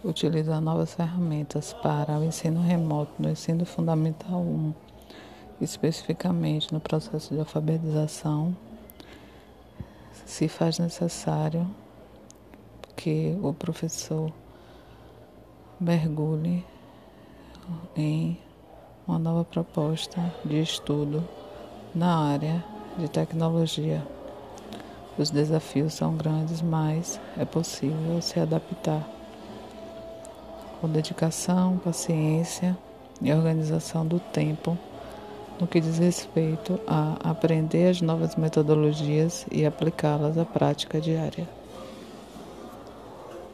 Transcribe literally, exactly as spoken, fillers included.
utilizar novas ferramentas para o ensino remoto no ensino fundamental um, especificamente no processo de alfabetização, se faz necessário que o professor mergulhe em uma nova proposta de estudo na área de tecnologia. Os desafios são grandes, mas é possível se adaptar com dedicação, paciência e organização do tempo no que diz respeito a aprender as novas metodologias e aplicá-las à prática diária.